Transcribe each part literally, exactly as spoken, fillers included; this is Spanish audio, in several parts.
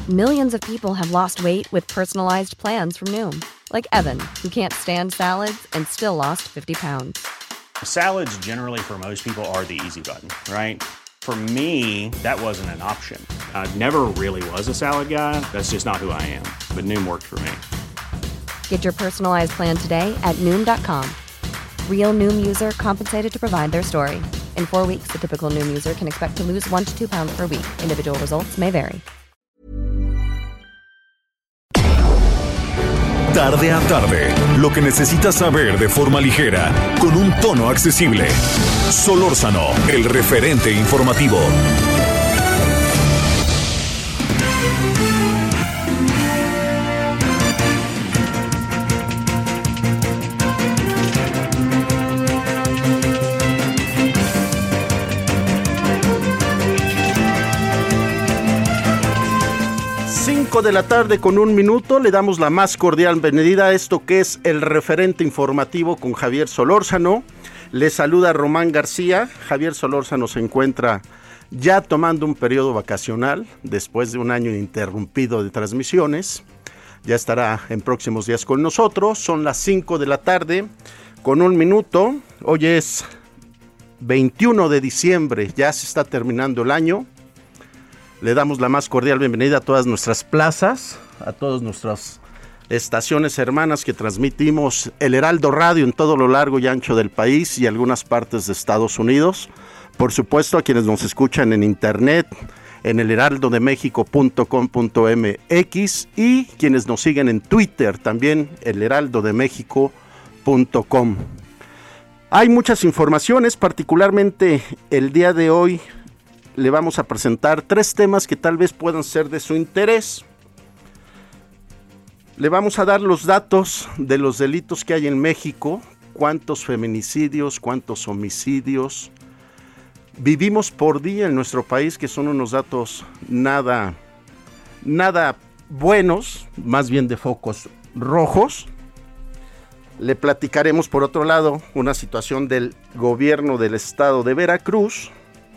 Millions of people have lost weight with personalized plans from Noom. Like Evan, who can't stand salads and still lost fifty pounds. Salads generally for most people are the easy button, right? For me, that wasn't an option. I never really was a salad guy. That's just not who I am. But Noom worked for me. Get your personalized plan today at Noom dot com. Real Noom user compensated to provide their story. In four weeks, the typical Noom user can expect to lose one to two pounds per week. Individual results may vary. Tarde a tarde, lo que necesitas saber de forma ligera, con un tono accesible. Solórzano, el referente informativo. De la tarde con un minuto, le damos la más cordial bienvenida a esto que es el referente informativo con Javier Solórzano. Le saluda Román García. Javier Solórzano se encuentra ya tomando un periodo vacacional después de un año ininterrumpido de transmisiones. Ya estará en próximos días con nosotros. Son las cinco de la tarde con un minuto. Hoy es veintiuno de diciembre, ya se está terminando el año. Le damos la más cordial bienvenida a todas nuestras plazas, a todas nuestras estaciones hermanas que transmitimos el Heraldo Radio en todo lo largo y ancho del país y algunas partes de Estados Unidos. Por supuesto, a quienes nos escuchan en internet, en el heraldo de méxico punto com punto m x y quienes nos siguen en Twitter, también el heraldo de méxico punto com. Hay muchas informaciones, particularmente el día de hoy. Le vamos a presentar tres temas que tal vez puedan ser de su interés. Le vamos a dar los datos de los delitos que hay en México, cuántos feminicidios, cuántos homicidios vivimos por día en nuestro país, que son unos datos nada, nada buenos, más bien de focos rojos. Le platicaremos, por otro lado, una situación del gobierno del estado de Veracruz,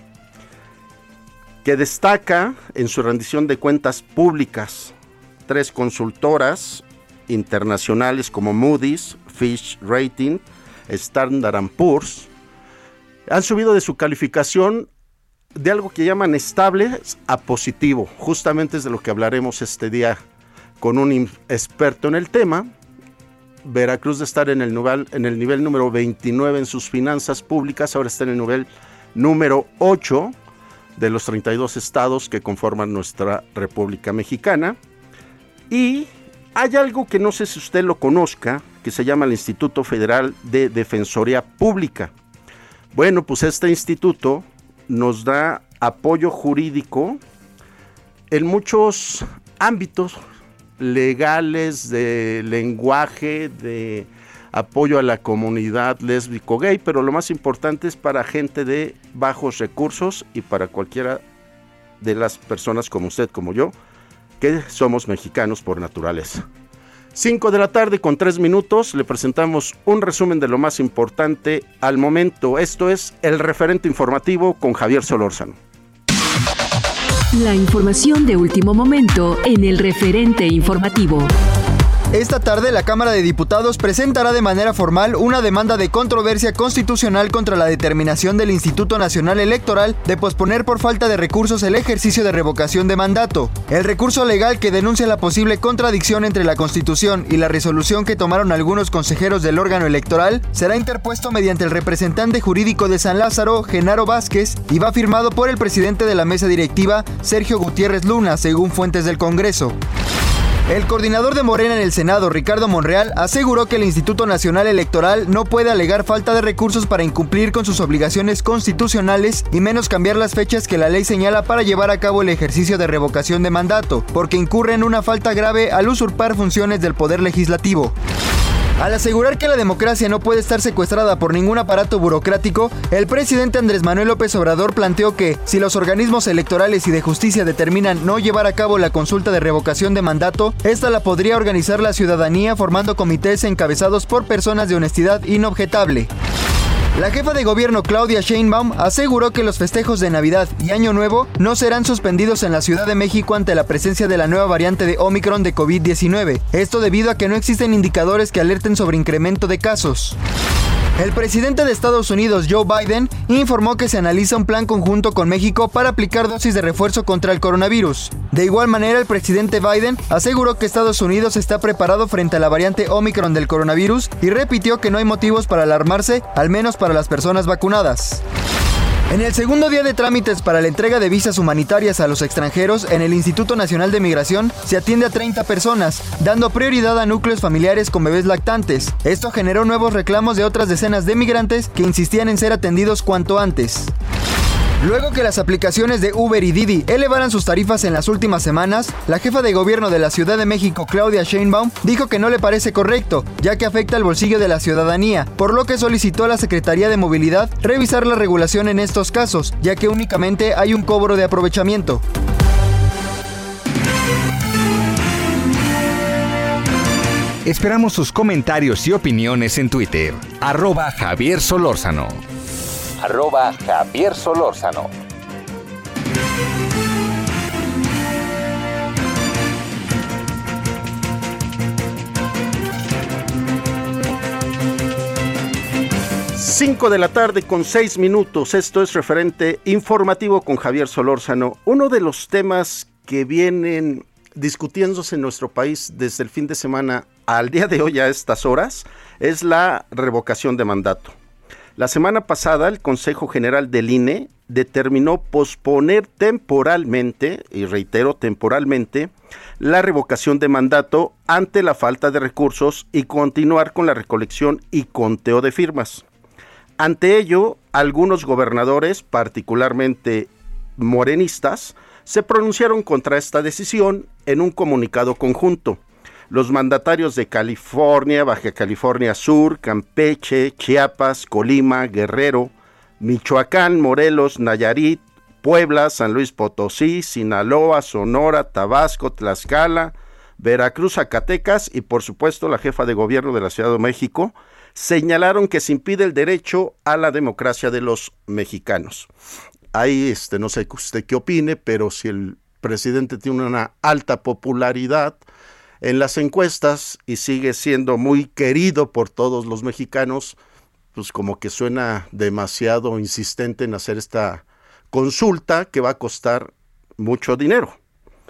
que destaca en su rendición de cuentas públicas tres consultoras internacionales como Moody's, Fitch Rating, Standard and Poor's, han subido de su calificación de algo que llaman estable a positivo. Justamente es de lo que hablaremos este día con un experto en el tema. Veracruz de estar en el nivel, en el nivel número veintinueve en sus finanzas públicas, ahora está en el nivel número ocho, de los treinta y dos estados que conforman nuestra República Mexicana. Y hay algo que no sé si usted lo conozca, que se llama el Instituto Federal de Defensoría Pública. Bueno, pues este instituto nos da apoyo jurídico en muchos ámbitos legales, de lenguaje, de apoyo a la comunidad lésbico-gay, pero lo más importante es para gente de bajos recursos y para cualquiera de las personas como usted, como yo, que somos mexicanos por naturaleza. cinco de la tarde con tres minutos, le presentamos un resumen de lo más importante al momento. Esto es el referente informativo con Javier Solórzano. La información de último momento en el referente informativo. Esta tarde la Cámara de Diputados presentará de manera formal una demanda de controversia constitucional contra la determinación del Instituto Nacional Electoral de posponer por falta de recursos el ejercicio de revocación de mandato. El recurso legal que denuncia la posible contradicción entre la Constitución y la resolución que tomaron algunos consejeros del órgano electoral será interpuesto mediante el representante jurídico de San Lázaro, Genaro Vázquez, y va firmado por el presidente de la mesa directiva, Sergio Gutiérrez Luna, según fuentes del Congreso. El coordinador de Morena en el Senado, Ricardo Monreal, aseguró que el Instituto Nacional Electoral no puede alegar falta de recursos para incumplir con sus obligaciones constitucionales y menos cambiar las fechas que la ley señala para llevar a cabo el ejercicio de revocación de mandato, porque incurre en una falta grave al usurpar funciones del Poder Legislativo. Al asegurar que la democracia no puede estar secuestrada por ningún aparato burocrático, el presidente Andrés Manuel López Obrador planteó que, si los organismos electorales y de justicia determinan no llevar a cabo la consulta de revocación de mandato, esta la podría organizar la ciudadanía formando comités encabezados por personas de honestidad inobjetable. La jefa de gobierno Claudia Sheinbaum aseguró que los festejos de Navidad y Año Nuevo no serán suspendidos en la Ciudad de México ante la presencia de la nueva variante de Omicron de covid diecinueve. Esto debido a que no existen indicadores que alerten sobre incremento de casos. El presidente de Estados Unidos, Joe Biden, informó que se analiza un plan conjunto con México para aplicar dosis de refuerzo contra el coronavirus. De igual manera, el presidente Biden aseguró que Estados Unidos está preparado frente a la variante Omicron del coronavirus y repitió que no hay motivos para alarmarse, al menos para las personas vacunadas. En el segundo día de trámites para la entrega de visas humanitarias a los extranjeros en el Instituto Nacional de Migración se atiende a treinta personas, dando prioridad a núcleos familiares con bebés lactantes. Esto generó nuevos reclamos de otras decenas de migrantes que insistían en ser atendidos cuanto antes. Luego que las aplicaciones de Uber y Didi elevaran sus tarifas en las últimas semanas, la jefa de gobierno de la Ciudad de México, Claudia Sheinbaum, dijo que no le parece correcto, ya que afecta al bolsillo de la ciudadanía, por lo que solicitó a la Secretaría de Movilidad revisar la regulación en estos casos, ya que únicamente hay un cobro de aprovechamiento. Esperamos sus comentarios y opiniones en Twitter, arroba Javier Solórzano. Arroba Javier Solórzano. Cinco de la tarde con seis minutos. Esto es Referente Informativo con Javier Solórzano. Uno de los temas que vienen discutiéndose en nuestro país desde el fin de semana al día de hoy a estas horas es la revocación de mandato. La semana pasada, el Consejo General del I N E determinó posponer temporalmente, y reitero temporalmente, la revocación de mandato ante la falta de recursos y continuar con la recolección y conteo de firmas. Ante ello, algunos gobernadores, particularmente morenistas, se pronunciaron contra esta decisión en un comunicado conjunto. Los mandatarios de California, Baja California Sur, Campeche, Chiapas, Colima, Guerrero, Michoacán, Morelos, Nayarit, Puebla, San Luis Potosí, Sinaloa, Sonora, Tabasco, Tlaxcala, Veracruz, Zacatecas y por supuesto la jefa de gobierno de la Ciudad de México, señalaron que se impide el derecho a la democracia de los mexicanos. Ahí este, no sé usted qué opine, pero si el presidente tiene una alta popularidad en las encuestas y sigue siendo muy querido por todos los mexicanos, pues como que suena demasiado insistente en hacer esta consulta que va a costar mucho dinero.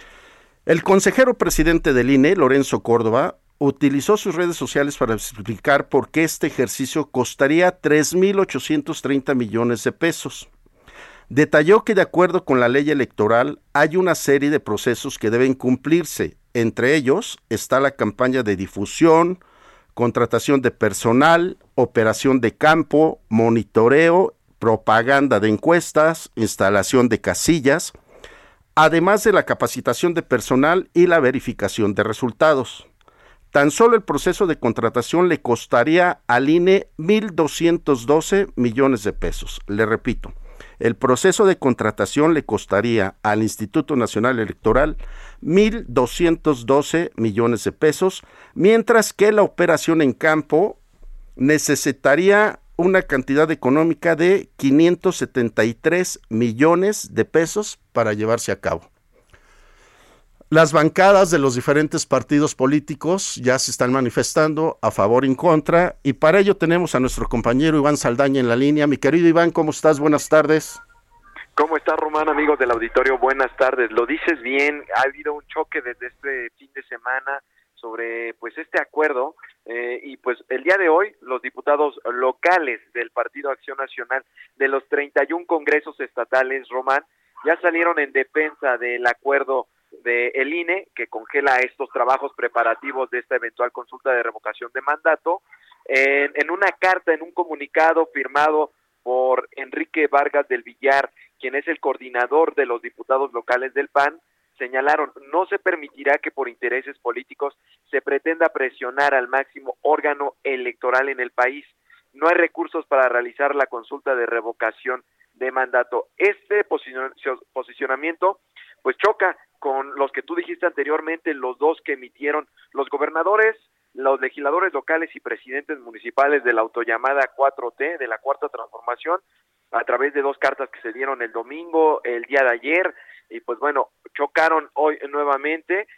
El consejero presidente del I N E, Lorenzo Córdoba, utilizó sus redes sociales para explicar por qué este ejercicio costaría tres mil ochocientos treinta millones de pesos. Detalló que de acuerdo con la ley electoral hay una serie de procesos que deben cumplirse. Entre ellos está la campaña de difusión, contratación de personal, operación de campo, monitoreo, propaganda de encuestas, instalación de casillas, además de la capacitación de personal y la verificación de resultados. Tan solo el proceso de contratación le costaría al I N E mil doscientos doce millones de pesos. Le repito, el proceso de contratación le costaría al Instituto Nacional Electoral mil doscientos doce millones de pesos, mientras que la operación en campo necesitaría una cantidad económica de quinientos setenta y tres millones de pesos para llevarse a cabo. Las bancadas de los diferentes partidos políticos ya se están manifestando a favor y en contra, y para ello tenemos a nuestro compañero Iván Saldaña en la línea. Mi querido Iván, ¿cómo estás? Buenas tardes. ¿Cómo estás, Román, amigos del auditorio? Buenas tardes. Lo dices bien, ha habido un choque desde este fin de semana sobre pues este acuerdo eh, y pues el día de hoy los diputados locales del Partido Acción Nacional de los treinta y un congresos estatales, Román, ya salieron en defensa del acuerdo del I N E que congela estos trabajos preparativos de esta eventual consulta de revocación de mandato. En, en una carta, en un comunicado firmado por Enrique Vargas del Villar, quien es el coordinador de los diputados locales del P A N, señalaron: no se permitirá que por intereses políticos se pretenda presionar al máximo órgano electoral en el país. No hay recursos para realizar la consulta de revocación de mandato. Este posicionamiento pues choca con los que tú dijiste anteriormente, los dos que emitieron los gobernadores los legisladores locales y presidentes municipales de la autollamada cuatro T, de la Cuarta Transformación, a través de dos cartas que se dieron el domingo, el día de ayer, y pues bueno, chocaron hoy nuevamente.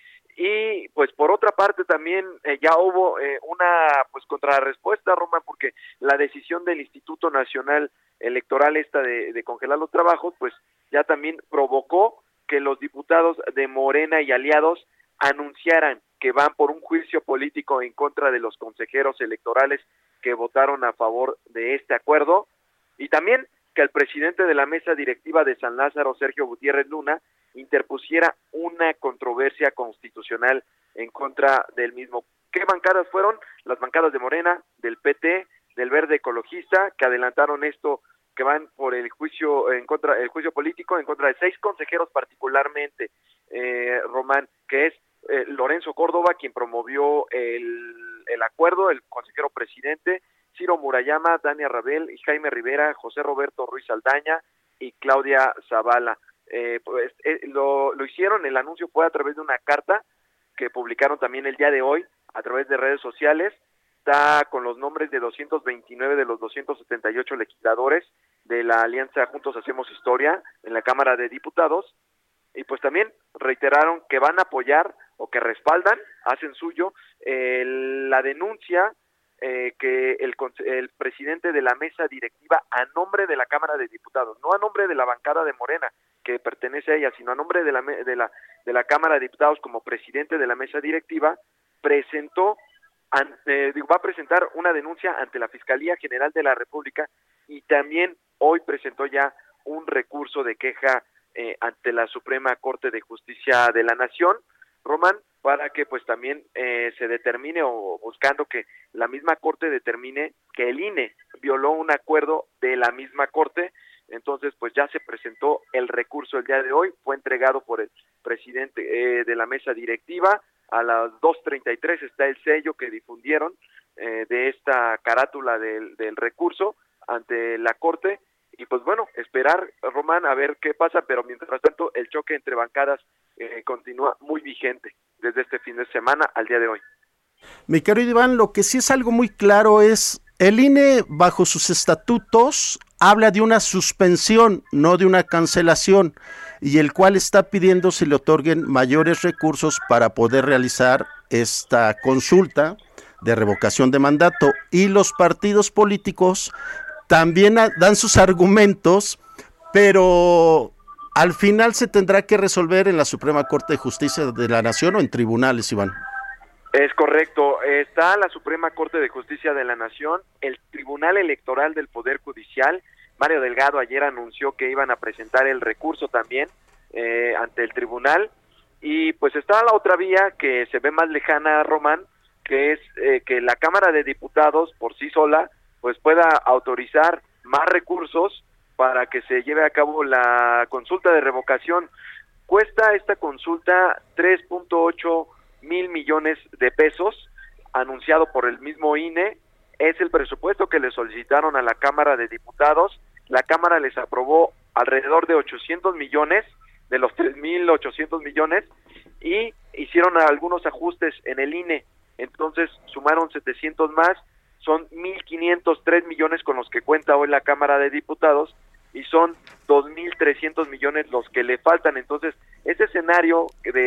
Y pues por otra parte también eh, ya hubo eh, una pues contrarrespuesta, Roma, porque la decisión del Instituto Nacional Electoral esta de, de congelar los trabajos, pues ya también provocó que los diputados de Morena y aliados anunciaran que van por un juicio político en contra de los consejeros electorales que votaron a favor de este acuerdo, y también que el presidente de la mesa directiva de San Lázaro, Sergio Gutiérrez Luna, interpusiera una controversia constitucional en contra del mismo. ¿Qué bancadas fueron? Las bancadas de Morena, del P T, del Verde Ecologista, que adelantaron esto, que van por el juicio en contra, el juicio político en contra de seis consejeros particularmente, eh, Román, que es eh, Lorenzo Córdoba, quien promovió el, el acuerdo, el consejero presidente, Ciro Murayama, Dania Rabel, Jaime Rivera, José Roberto Ruiz Saldaña y Claudia Zavala. Eh, pues eh, lo, lo hicieron, el anuncio fue a través de una carta que publicaron también el día de hoy a través de redes sociales. Está con los nombres de doscientos veintinueve de los doscientos setenta y ocho legisladores de la Alianza Juntos Hacemos Historia en la Cámara de Diputados, y pues también reiteraron que van a apoyar o que respaldan, hacen suyo eh, la denuncia eh, que el, el presidente de la mesa directiva, a nombre de la Cámara de Diputados, no a nombre de la bancada de Morena que pertenece a ella, sino a nombre de la de la de la Cámara de Diputados como presidente de la mesa directiva, presentó ante, va a presentar una denuncia ante la Fiscalía General de la República, y también hoy presentó ya un recurso de queja eh, ante la Suprema Corte de Justicia de la Nación, Román, para que pues también eh, se determine, o buscando que la misma Corte determine que el I N E violó un acuerdo de la misma Corte. Entonces pues ya se presentó el recurso el día de hoy, fue entregado por el presidente eh, de la mesa directiva. A las dos treinta y tres está el sello que difundieron eh, de esta carátula del, del recurso ante la Corte, y pues bueno, esperar, Román, a ver qué pasa, pero mientras tanto el choque entre bancadas eh, continúa muy vigente desde este fin de semana al día de hoy. Mi querido Iván, lo que sí es algo muy claro es, el I N E bajo sus estatutos habla de una suspensión, no de una cancelación, y el cual está pidiendo se le otorguen mayores recursos para poder realizar esta consulta de revocación de mandato, y los partidos políticos también dan sus argumentos, pero al final se tendrá que resolver en la Suprema Corte de Justicia de la Nación o en tribunales, Iván. Es correcto, está la Suprema Corte de Justicia de la Nación, el Tribunal Electoral del Poder Judicial. Mario Delgado ayer anunció que iban a presentar el recurso también eh, ante el tribunal, y pues está la otra vía que se ve más lejana, Román, que es eh, que la Cámara de Diputados por sí sola pues pueda autorizar más recursos para que se lleve a cabo la consulta de revocación. Cuesta esta consulta tres punto ocho mil millones de pesos, anunciado por el mismo I N E. Es el presupuesto que le solicitaron a la Cámara de Diputados. La Cámara les aprobó alrededor de ochocientos millones de los tres mil ochocientos millones, y hicieron algunos ajustes en el I N E. Entonces sumaron setecientos más, son mil quinientos tres millones con los que cuenta hoy la Cámara de Diputados, y son dos mil trescientos millones los que le faltan. Entonces, ese escenario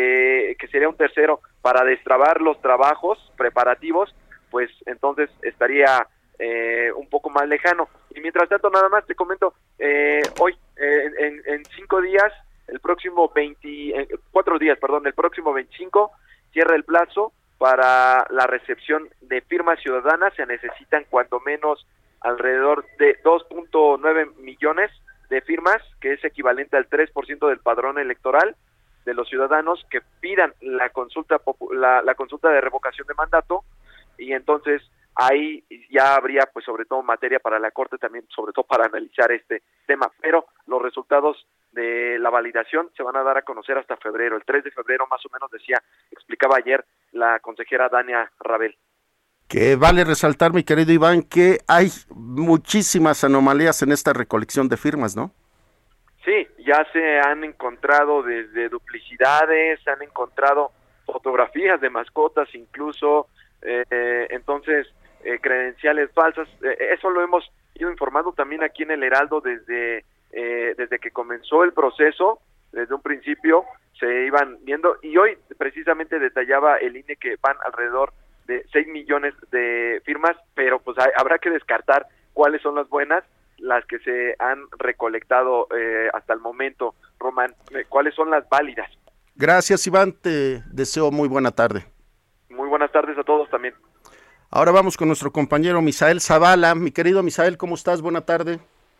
de que sería un tercero para destrabar los trabajos preparativos, pues entonces estaría eh, un poco más lejano. Y mientras tanto, nada más te comento, eh, hoy, eh, en, en cinco días, el próximo veinte, eh, cuatro días, perdón, el próximo veinticinco, cierra el plazo para la recepción de firmas ciudadanas. Se necesitan cuando menos alrededor de dos punto nueve millones de firmas, que es equivalente al tres por ciento del padrón electoral de los ciudadanos que pidan la consulta la, la consulta de revocación de mandato, y entonces ahí ya habría pues sobre todo materia para la Corte también, sobre todo para analizar este tema, pero los resultados de la validación se van a dar a conocer hasta febrero, el tres de febrero más o menos, decía, explicaba ayer la consejera Dania Rabel. Que vale resaltar, mi querido Iván, que hay muchísimas anomalías en esta recolección de firmas, ¿no? Sí, ya se han encontrado desde duplicidades, se han encontrado fotografías de mascotas, incluso eh, entonces eh, credenciales falsas, eh, eso lo hemos ido informando también aquí en el Heraldo desde, eh, desde que comenzó el proceso, desde un principio se iban viendo, y hoy precisamente detallaba el I N E que van alrededor de seis millones de firmas, pero pues hay, habrá que descartar cuáles son las buenas, las que se han recolectado eh, hasta el momento. Román, ¿cuáles son las válidas? Gracias, Iván, te deseo muy buena tarde. Muy buenas tardes a todos también. Ahora vamos con nuestro compañero Misael Zavala. Mi querido Misael, ¿cómo estás? Buena tarde.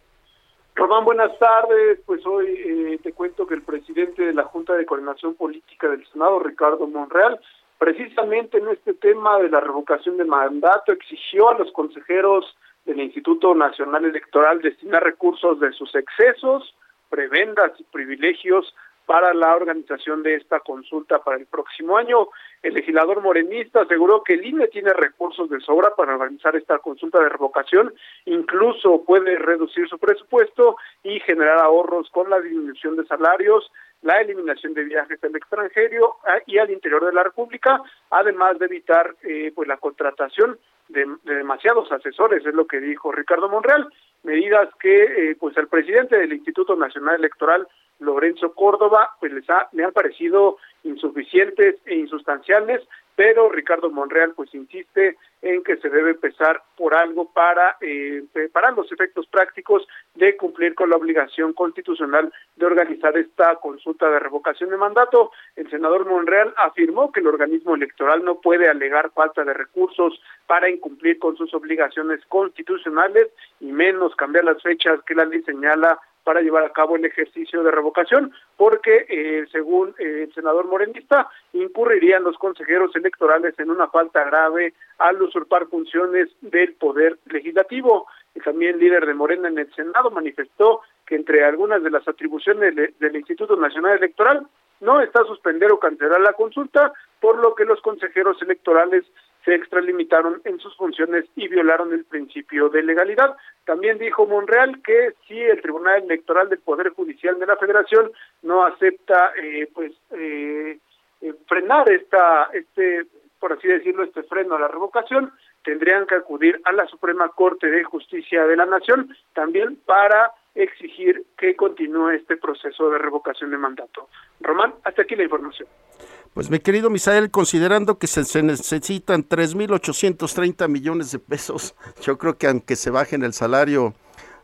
Román, buenas tardes. Pues hoy eh, te cuento que el presidente de la Junta de Coordinación Política del Senado, Ricardo Monreal, precisamente en este tema de la revocación de mandato, exigió a los consejeros del Instituto Nacional Electoral destinar recursos de sus excesos, prebendas y privilegios para la organización de esta consulta para el próximo año. El legislador morenista aseguró que el I N E tiene recursos de sobra para organizar esta consulta de revocación, incluso puede reducir su presupuesto y generar ahorros con la disminución de salarios, la eliminación de viajes al extranjero y al interior de la República, además de evitar eh, pues la contratación de, de demasiados asesores, es lo que dijo Ricardo Monreal, medidas que eh, pues al presidente del Instituto Nacional Electoral, Lorenzo Córdoba, pues les ha, le han parecido insuficientes e insustanciales, pero Ricardo Monreal pues insiste en que se debe empezar por algo para eh, preparar los efectos prácticos de cumplir con la obligación constitucional de organizar esta consulta de revocación de mandato. El senador Monreal afirmó que el organismo electoral no puede alegar falta de recursos para incumplir con sus obligaciones constitucionales y menos cambiar las fechas que la ley señala para llevar a cabo el ejercicio de revocación, porque eh, según eh, el senador morenista, incurrirían los consejeros electorales en una falta grave al usurpar funciones del Poder Legislativo. Y también el líder de Morena en el Senado manifestó que entre algunas de las atribuciones de, del Instituto Nacional Electoral no está suspender o cancelar la consulta, por lo que los consejeros electorales se extralimitaron en sus funciones y violaron el principio de legalidad. También dijo Monreal que si el Tribunal Electoral del Poder Judicial de la Federación no acepta eh, pues eh, eh, frenar esta este por así decirlo este freno a la revocación, tendrían que acudir a la Suprema Corte de Justicia de la Nación también para exigir que continúe este proceso de revocación de mandato. Román, hasta aquí la información. Pues mi querido Misael, considerando que se, se necesitan tres mil ochocientos treinta millones de pesos, yo creo que aunque se bajen el salario,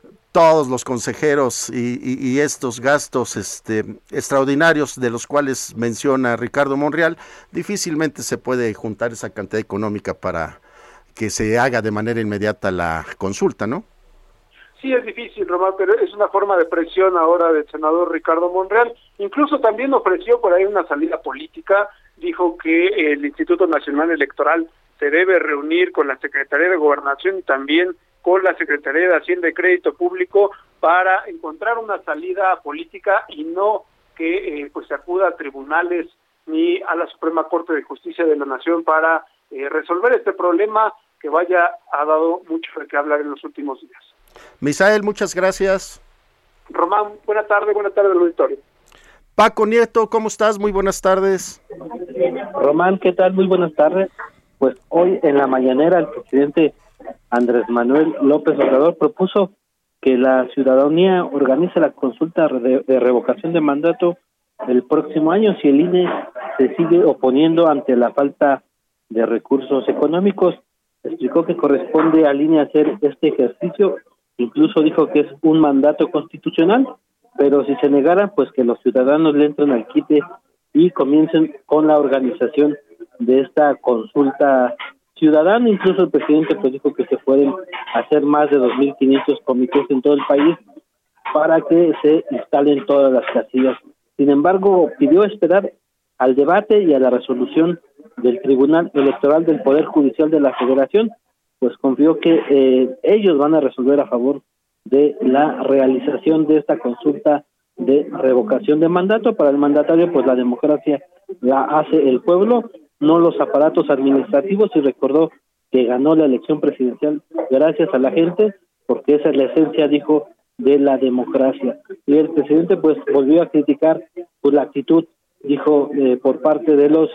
todos los consejeros y, y, y estos gastos este, extraordinarios de los cuales menciona Ricardo Monreal, difícilmente se puede juntar esa cantidad económica para que se haga de manera inmediata la consulta, ¿no? Sí, es difícil, Román, pero es una forma de presión ahora del senador Ricardo Monreal. Incluso también ofreció por ahí una salida política, dijo que el Instituto Nacional Electoral se debe reunir con la Secretaría de Gobernación y también con la Secretaría de Hacienda y Crédito Público para encontrar una salida política y no que eh, pues se acuda a tribunales ni a la Suprema Corte de Justicia de la Nación para eh, resolver este problema que vaya ha dado mucho de qué hablar en los últimos días. Misael, muchas gracias. Román, buena tarde, buena tarde al auditorio. Paco Nieto, ¿cómo estás? Muy buenas tardes. Román, ¿qué tal? Muy buenas tardes. Pues hoy en la mañanera el presidente Andrés Manuel López Obrador propuso que la ciudadanía organice la consulta de, de revocación de mandato el próximo año si el I N E se sigue oponiendo ante la falta de recursos económicos. Explicó que corresponde al I N E hacer este ejercicio, incluso dijo que es un mandato constitucional, pero si se negara, pues que los ciudadanos le entren al quite y comiencen con la organización de esta consulta ciudadana. Incluso el presidente pues dijo que se pueden hacer más de dos mil quinientos comités en todo el país para que se instalen todas las casillas. Sin embargo, pidió esperar al debate y a la resolución del Tribunal Electoral del Poder Judicial de la Federación, pues confió que eh, ellos van a resolver a favor de la realización de esta consulta de revocación de mandato. Para el mandatario, pues la democracia la hace el pueblo, no los aparatos administrativos, y recordó que ganó la elección presidencial gracias a la gente, porque esa es la esencia, dijo, de la democracia. Y el presidente pues volvió a criticar pues la actitud, dijo, eh, por parte de los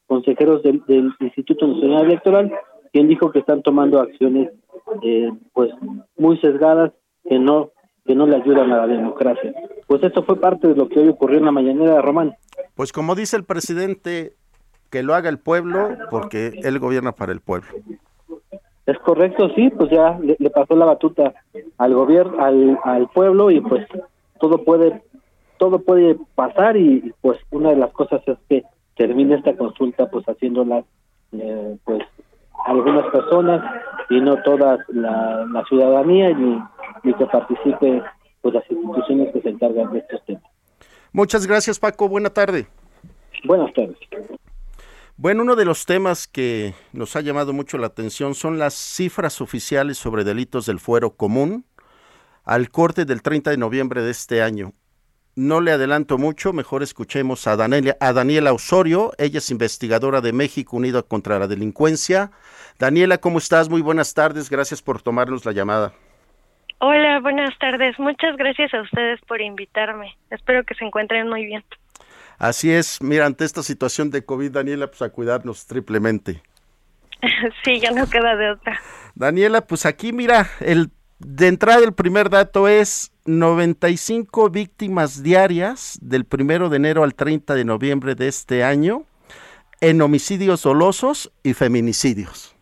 consejeros del, del Instituto Nacional Electoral, quien dijo que están tomando acciones eh, pues muy sesgadas que no que no le ayudan a la democracia. Pues esto fue parte de lo que hoy ocurrió en la mañanera, Román. Pues como dice el presidente, que lo haga el pueblo, porque él gobierna para el pueblo. Es correcto, sí, pues ya le, le pasó la batuta al gobierno, al, al pueblo, y pues todo puede todo puede pasar, y pues una de las cosas es que termine esta consulta pues haciéndola eh, pues algunas personas y no toda la, la ciudadanía, ni, ni que participe pues las instituciones que se encargan de estos temas. Muchas gracias, Paco, buena tarde. Buenas tardes. Bueno, uno de los temas que nos ha llamado mucho la atención son las cifras oficiales sobre delitos del fuero común al corte del treinta de noviembre de este año. No le adelanto mucho, mejor escuchemos a Daniela, a Daniela Osorio. Ella es investigadora de México Unido contra la Delincuencia. Daniela, ¿cómo estás? Muy buenas tardes, gracias por tomarnos la llamada. Hola, buenas tardes. Muchas gracias a ustedes por invitarme. Espero que se encuentren muy bien. Así es, mira, ante esta situación de COVID, Daniela, pues a cuidarnos triplemente. Sí, ya no queda de otra. Daniela, pues aquí mira, el de entrada el primer dato es noventa y cinco víctimas diarias del primero de enero al treinta de noviembre de este año en homicidios dolosos y feminicidios.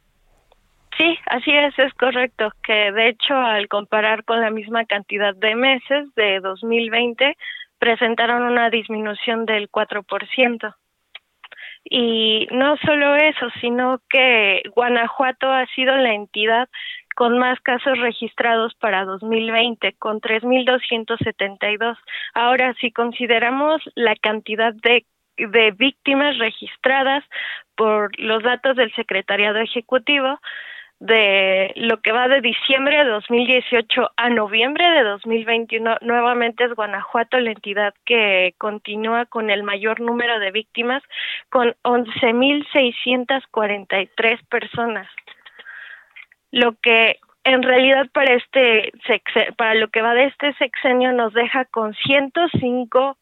Sí, así es, es correcto, que de hecho al comparar con la misma cantidad de meses de dos mil veinte, presentaron una disminución del cuatro por ciento. Y no solo eso, sino que Guanajuato ha sido la entidad con más casos registrados para dos mil veinte, con tres mil doscientos setenta y dos. Ahora, si consideramos la cantidad de, de víctimas registradas por los datos del Secretariado Ejecutivo, de lo que va de diciembre de dos mil dieciocho a noviembre de dos mil veintiuno, nuevamente es Guanajuato la entidad que continúa con el mayor número de víctimas, con once mil seiscientas cuarenta y tres personas. Lo que en realidad para este sex- para lo que va de este sexenio nos deja con ciento cinco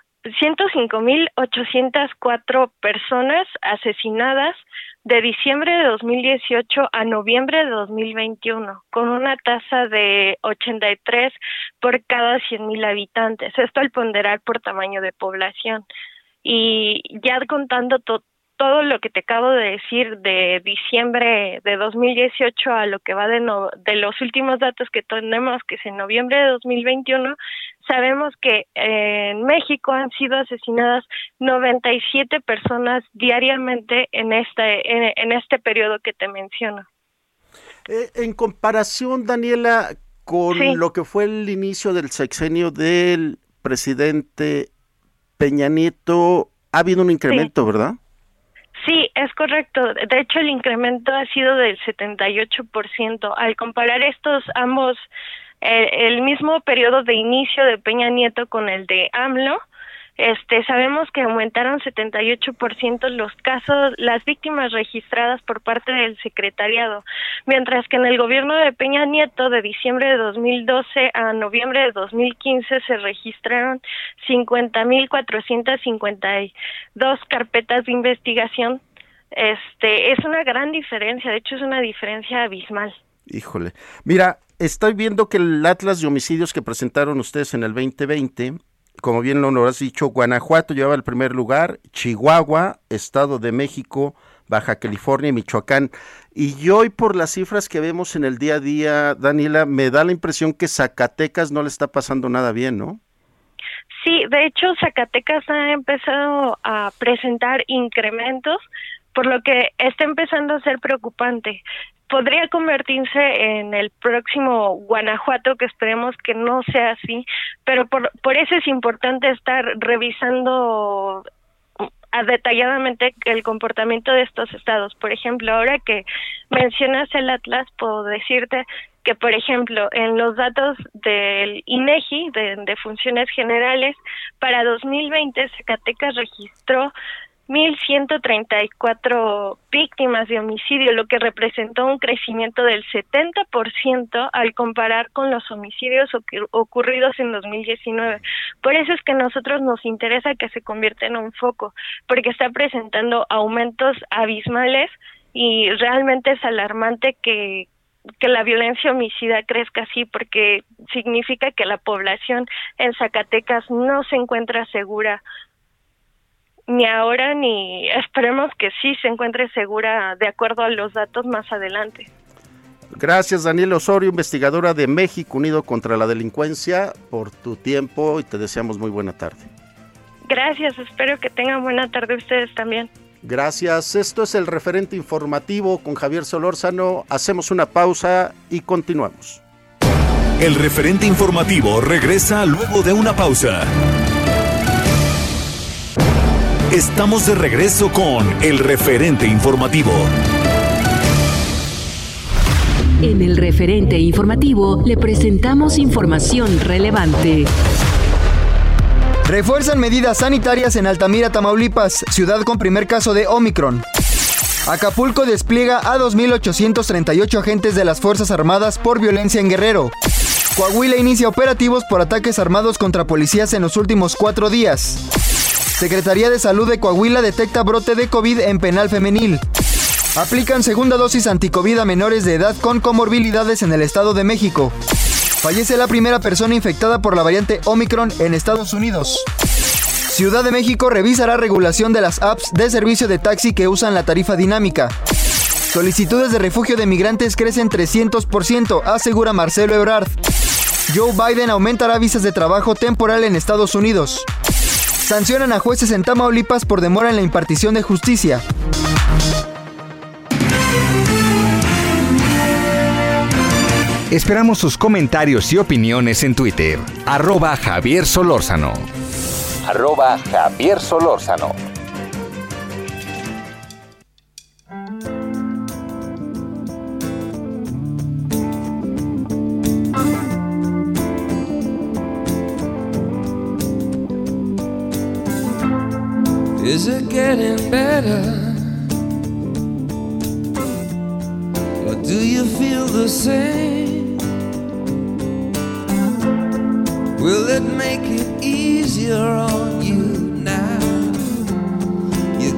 mil ochocientas cuatro personas asesinadas de diciembre de dos mil dieciocho a noviembre de dos mil veintiuno, con una tasa de ochenta y tres por cada cien mil habitantes. Esto al ponderar por tamaño de población. Y ya contando to- todo lo que te acabo de decir de diciembre de dos mil dieciocho a lo que va de, no, de los últimos datos que tenemos, que es en noviembre de dos mil veintiuno, sabemos que eh, en México han sido asesinadas noventa y siete personas diariamente en este, en, en este periodo que te menciono. Eh, en comparación, Daniela, con sí. lo que fue el inicio del sexenio del presidente Peña Nieto, ha habido un incremento, sí. ¿verdad? Sí, es correcto. De hecho, el incremento ha sido del setenta y ocho por ciento. Al comparar estos ambos, eh, el mismo periodo de inicio de Peña Nieto con el de AMLO, este, sabemos que aumentaron setenta y ocho por ciento los casos, las víctimas registradas por parte del secretariado, mientras que en el gobierno de Peña Nieto de diciembre de dos mil doce a noviembre de dos mil quince se registraron cincuenta mil cuatrocientas cincuenta y dos carpetas de investigación. Este, es una gran diferencia, de hecho es una diferencia abismal. Híjole, mira, estoy viendo que el Atlas de homicidios que presentaron ustedes en el veinte veinte, como bien lo has dicho, Guanajuato llevaba el primer lugar, Chihuahua, Estado de México, Baja California y Michoacán. Y hoy por las cifras que vemos en el día a día, Daniela, me da la impresión que Zacatecas no le está pasando nada bien, ¿no? Sí, de hecho Zacatecas ha empezado a presentar incrementos, por lo que está empezando a ser preocupante. Podría convertirse en el próximo Guanajuato, que esperemos que no sea así, pero por, por eso es importante estar revisando detalladamente el comportamiento de estos estados. Por ejemplo, ahora que mencionas el Atlas, puedo decirte que, por ejemplo, en los datos del INEGI, de, de funciones generales, para dos mil veinte Zacatecas registró mil ciento treinta y cuatro víctimas de homicidio, lo que representó un crecimiento del setenta por ciento al comparar con los homicidios ocur- ocurridos en dos mil diecinueve. Por eso es que a nosotros nos interesa que se convierta en un foco, porque está presentando aumentos abismales y realmente es alarmante que que la violencia homicida crezca así, porque significa que la población en Zacatecas no se encuentra segura ni ahora ni esperemos que sí se encuentre segura de acuerdo a los datos más adelante. Gracias, Daniel Osorio, investigadora de México Unido contra la Delincuencia, por tu tiempo y te deseamos muy buena tarde. Gracias, espero que tengan buena tarde ustedes también. Gracias, esto es el referente informativo con Javier Solórzano. Hacemos una pausa y continuamos. El referente informativo regresa luego de una pausa. Estamos de regreso con el referente informativo. En el referente informativo le presentamos información relevante. Refuerzan medidas sanitarias en Altamira, Tamaulipas, ciudad con primer caso de Omicron. Acapulco despliega a dos mil ochocientos treinta y ocho agentes de las Fuerzas Armadas por violencia en Guerrero. Coahuila inicia operativos por ataques armados contra policías en los últimos cuatro días. Secretaría de Salud de Coahuila detecta brote de COVID en penal femenil. Aplican segunda dosis anticovid a menores de edad con comorbilidades en el Estado de México. Fallece la primera persona infectada por la variante Omicron en Estados Unidos. Ciudad de México revisará regulación de las apps de servicio de taxi que usan la tarifa dinámica. Solicitudes de refugio de migrantes crecen trescientos por ciento, asegura Marcelo Ebrard. Joe Biden aumentará visas de trabajo temporal en Estados Unidos. Sancionan a jueces en Tamaulipas por demora en la impartición de justicia. Esperamos sus comentarios y opiniones en Twitter, arroba Javier Solórzano. Arroba Javier Solórzano. Is it getting better? Or do you feel the same? Will it make it easier on you now? You-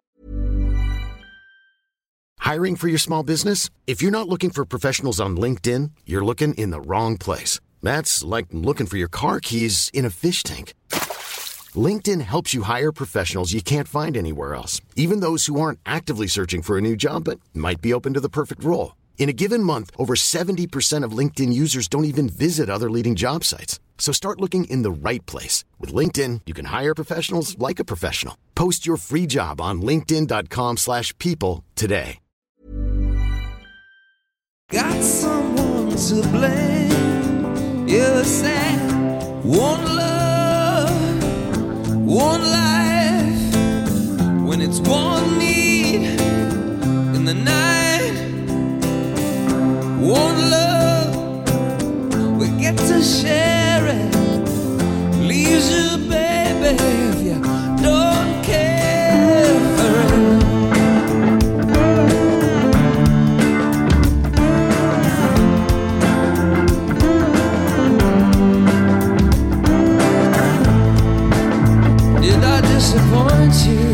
Hiring for your small business? If you're not looking for professionals on LinkedIn, you're looking in the wrong place. That's like looking for your car keys in a fish tank. LinkedIn helps you hire professionals you can't find anywhere else, even those who aren't actively searching for a new job but might be open to the perfect role. In a given month, over seventy percent of LinkedIn users don't even visit other leading job sites. So start looking in the right place. With LinkedIn, you can hire professionals like a professional. Post your free job on linkedin.com slash people today. Got someone to blame. You're sad. One love, one life. When it's one need in the night. One love, we get to share it. Leaves you, baby, if you don't care for it. Did I disappoint you?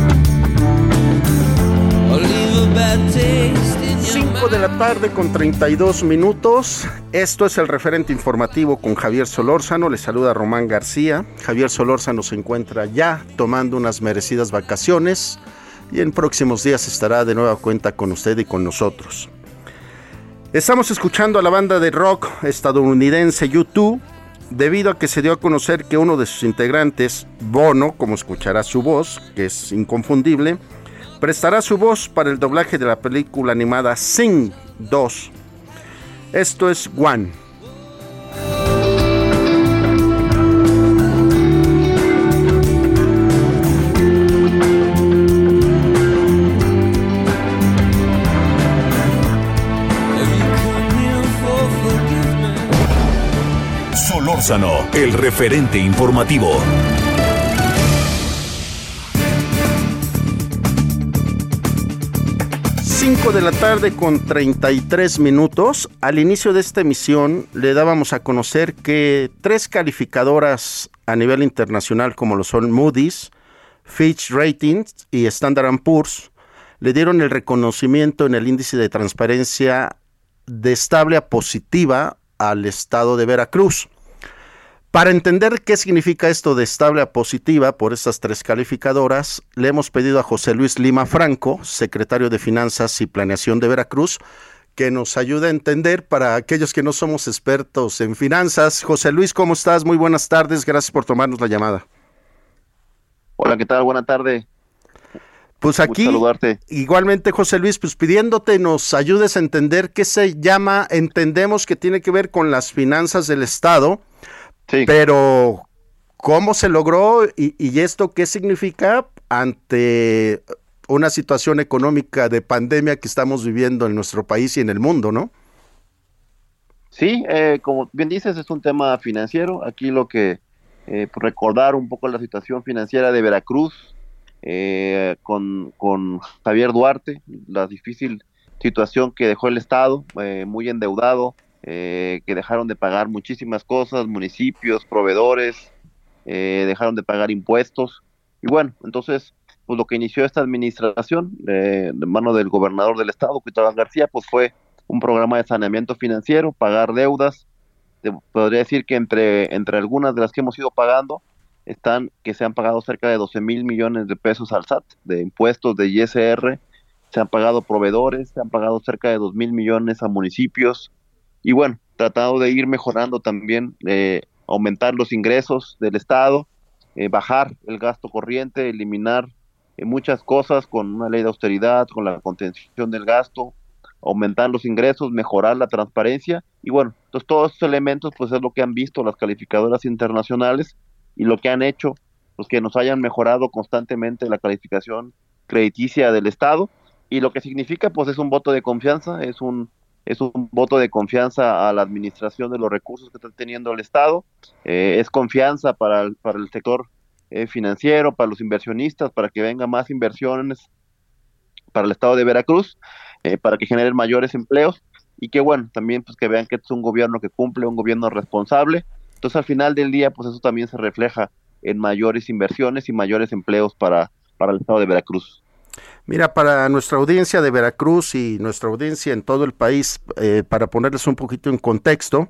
Or leave a bad taste in your cinco de la tarde con treinta y dos minutos. Esto es el referente informativo con Javier Solórzano. Le saluda Román García. Javier Solórzano se encuentra ya tomando unas merecidas vacaciones y en próximos días estará de nueva cuenta con usted y con nosotros. Estamos escuchando a la banda de rock estadounidense U dos debido a que se dio a conocer que uno de sus integrantes, Bono, como escuchará su voz, que es inconfundible, prestará su voz para el doblaje de la película animada Sing dos. Esto es One. Solórzano, el referente informativo. cinco de la tarde con treinta y tres minutos. Al inicio de esta emisión le dábamos a conocer que tres calificadoras a nivel internacional como lo son Moody's, Fitch Ratings y Standard and Poor's le dieron el reconocimiento en el índice de transparencia de estable a positiva al estado de Veracruz. Para entender qué significa esto de estable a positiva por estas tres calificadoras, le hemos pedido a José Luis Lima Franco, secretario de Finanzas y Planeación de Veracruz, que nos ayude a entender para aquellos que no somos expertos en finanzas. José Luis, ¿cómo estás? Muy buenas tardes, gracias por tomarnos la llamada. Hola, ¿qué tal? Buena tarde. Pues aquí, saludarte. Igualmente, José Luis, pues pidiéndote nos ayudes a entender qué se llama, entendemos que tiene que ver con las finanzas del Estado. Sí. Pero, ¿cómo se logró y, y esto qué significa ante una situación económica de pandemia que estamos viviendo en nuestro país y en el mundo, ¿no? Sí, eh, como bien dices, es un tema financiero. Aquí lo que, eh, pues recordar un poco la situación financiera de Veracruz eh, con, con Javier Duarte, la difícil situación que dejó el Estado, eh, muy endeudado, Eh, que dejaron de pagar muchísimas cosas, municipios, proveedores, eh, dejaron de pagar impuestos, y bueno, entonces, pues lo que inició esta administración, eh, de mano del gobernador del estado, Cuitlagua García, pues fue un programa de saneamiento financiero, pagar deudas. Te podría decir que entre, entre algunas de las que hemos ido pagando, están que se han pagado cerca de doce mil millones de pesos al S A T, de impuestos, de I S R, se han pagado proveedores, se han pagado cerca de dos mil millones a municipios, y bueno, tratado de ir mejorando también, eh, aumentar los ingresos del Estado, eh, bajar el gasto corriente, eliminar eh, muchas cosas con una ley de austeridad, con la contención del gasto, aumentar los ingresos, mejorar la transparencia, y bueno, entonces todos estos elementos pues es lo que han visto las calificadoras internacionales y lo que han hecho, pues que nos hayan mejorado constantemente la calificación crediticia del Estado, y lo que significa pues es un voto de confianza, es un es un voto de confianza a la administración de los recursos que está teniendo el Estado, eh, es confianza para el, para el sector eh, financiero, para los inversionistas, para que vengan más inversiones para el Estado de Veracruz, eh, para que generen mayores empleos, y que bueno, también pues que vean que es un gobierno que cumple, un gobierno responsable. Entonces al final del día pues eso también se refleja en mayores inversiones y mayores empleos para, para el Estado de Veracruz. Mira, para nuestra audiencia de Veracruz y nuestra audiencia en todo el país, eh, para ponerles un poquito en contexto,